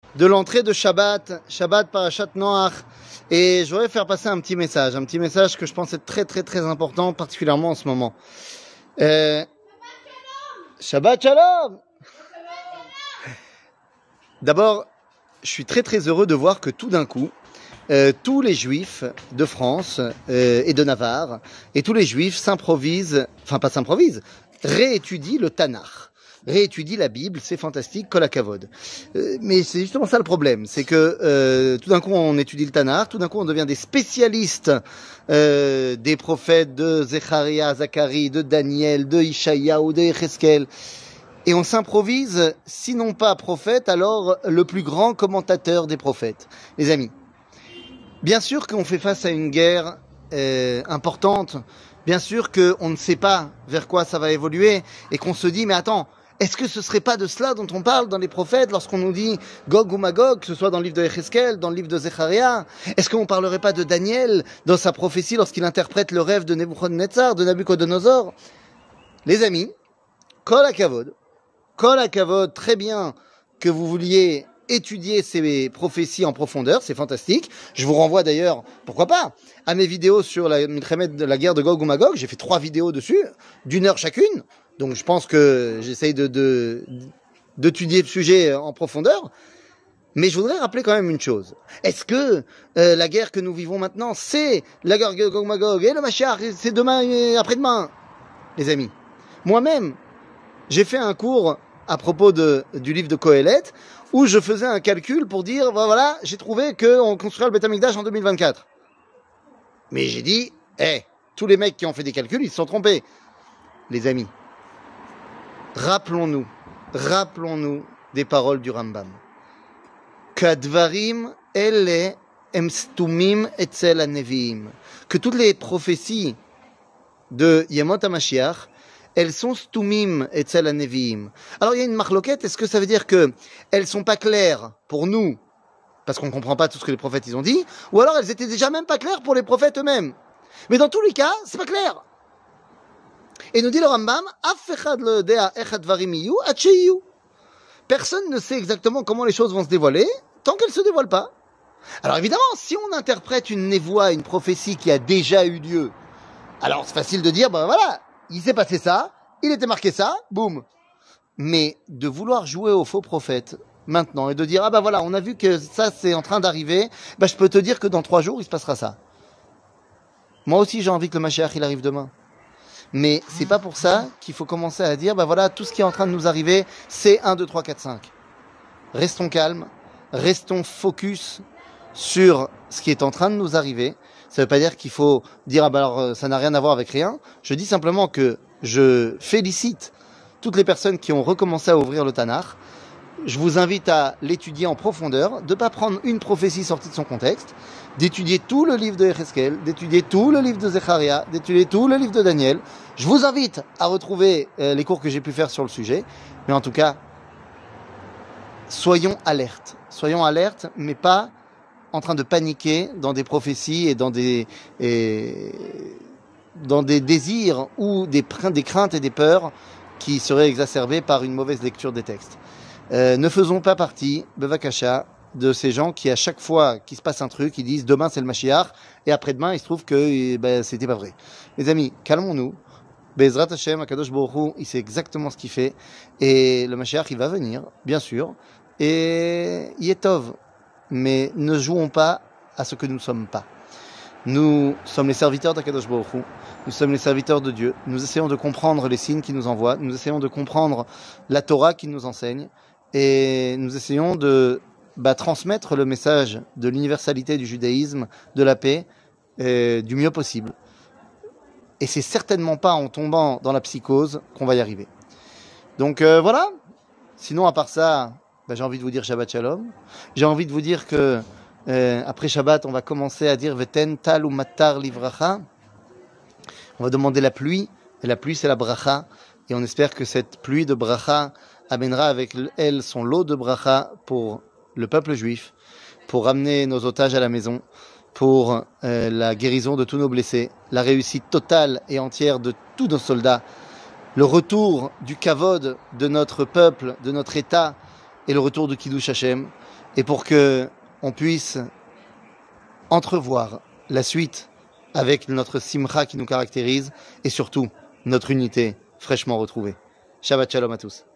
de l'entrée de Shabbat, Shabbat Parashat Noach. Et je voudrais faire passer un petit message que je pense être très très très important, particulièrement en ce moment. Shabbat Shalom. D'abord, je suis très très heureux de voir que tout d'un coup, tous les juifs de France et de Navarre, et tous les juifs s'improvisent, enfin pas s'improvisent, réétudient le Tanakh. Réétudie la Bible, c'est fantastique, kol hakavod. Mais c'est justement ça le problème, c'est que tout d'un coup on étudie le Tanakh, tout d'un coup on devient des spécialistes des prophètes de Zecharia, Zacharie, de Daniel, de Ishaïa ou de Yecheskel, et on s'improvise, sinon pas prophète, alors le plus grand commentateur des prophètes. Les amis, bien sûr qu'on fait face à une guerre importante, bien sûr qu'on ne sait pas vers quoi ça va évoluer, et qu'on se dit, mais attends, est-ce que ce serait pas de cela dont on parle dans les prophètes lorsqu'on nous dit Gog ou Magog, que ce soit dans le livre de Yecheskel, dans le livre de Zecharia? Est-ce qu'on parlerait pas de Daniel dans sa prophétie lorsqu'il interprète le rêve de Nebuchadnezzar, de Nabucodonosor? Les amis, kol hakavod, très bien que vous vouliez étudier ces prophéties en profondeur, c'est fantastique. Je vous renvoie d'ailleurs, pourquoi pas, à mes vidéos sur la guerre de Gog ou Magog. J'ai fait 3 vidéos dessus, d'1 heure chacune. Donc je pense que j'essaye d'étudier le sujet en profondeur. Mais je voudrais rappeler quand même une chose. Est-ce que la guerre que nous vivons maintenant, c'est la guerre de Gog Magog et le Mashiach, c'est demain et après-demain? Les amis, moi-même, j'ai fait un cours à propos du livre de Kohelet, où je faisais un calcul pour dire, voilà, j'ai trouvé qu'on construira le Beth Amikdash en 2024. Mais j'ai dit, tous les mecs qui ont fait des calculs, ils se sont trompés. Les amis, rappelons-nous des paroles du Rambam. Kadvarim ele emstumim etzel haneviim. Que toutes les prophéties de Yemot HaMashiach, elles sont stumim etzel haneviim. Alors il y a une marloquette, est-ce que ça veut dire que elles sont pas claires pour nous, parce qu'on comprend pas tout ce que les prophètes ils ont dit, ou alors elles étaient déjà même pas claires pour les prophètes eux-mêmes? Mais dans tous les cas, c'est pas clair. Et nous dit le Rambam, personne ne sait exactement comment les choses vont se dévoiler tant qu'elles se dévoilent pas. Alors évidemment, si on interprète une névoie, une prophétie qui a déjà eu lieu, alors c'est facile de dire, voilà, il s'est passé ça, il était marqué ça, boum. Mais de vouloir jouer au faux prophète maintenant et de dire, voilà, on a vu que ça c'est en train d'arriver, je peux te dire que dans 3 jours il se passera ça. Moi aussi j'ai envie que le Mashiach il arrive demain. Mais c'est pas pour ça qu'il faut commencer à dire, voilà, tout ce qui est en train de nous arriver, c'est 1, 2, 3, 4, 5. Restons calmes, restons focus sur ce qui est en train de nous arriver. Ça veut pas dire qu'il faut dire, alors ça n'a rien à voir avec rien. Je dis simplement que je félicite toutes les personnes qui ont recommencé à ouvrir le Tanakh. Je vous invite à l'étudier en profondeur, de pas prendre une prophétie sortie de son contexte, d'étudier tout le livre de Yecheskel, d'étudier tout le livre de Zecharia, d'étudier tout le livre de Daniel. Je vous invite à retrouver les cours que j'ai pu faire sur le sujet. Mais en tout cas, soyons alertes, mais pas en train de paniquer dans des prophéties et dans des désirs ou des craintes et des peurs qui seraient exacerbées par une mauvaise lecture des textes. Ne faisons pas partie, Bevakasha, de ces gens qui, à chaque fois qu'il se passe un truc, ils disent demain c'est le Mashiach et après-demain il se trouve que c'était pas vrai. Les amis, calmons-nous. Bezrat Hashem, Akadosh Baruch Hu, il sait exactement ce qu'il fait et le Mashiach il va venir, bien sûr, et Yetov. Mais ne jouons pas à ce que nous ne sommes pas. Nous sommes les serviteurs d'Akadosh Baruch Hu, nous sommes les serviteurs de Dieu, nous essayons de comprendre les signes qu'il nous envoie, nous essayons de comprendre la Torah qu'il nous enseigne et nous essayons de transmettre le message de l'universalité du judaïsme, de la paix, du mieux possible. Et c'est certainement pas en tombant dans la psychose qu'on va y arriver. Donc voilà. Sinon, à part ça, j'ai envie de vous dire Shabbat Shalom. J'ai envie de vous dire que après Shabbat, on va commencer à dire Veten tal ou matar livracha. On va demander la pluie. Et la pluie, c'est la bracha. Et on espère que cette pluie de bracha amènera avec elle son lot de bracha pour le peuple juif, pour ramener nos otages à la maison, pour la guérison de tous nos blessés, la réussite totale et entière de tous nos soldats, le retour du kavod de notre peuple, de notre État, et le retour de Kiddush Hashem. et pour que on puisse entrevoir la suite avec notre simcha qui nous caractérise et surtout notre unité fraîchement retrouvée. Shabbat shalom à tous.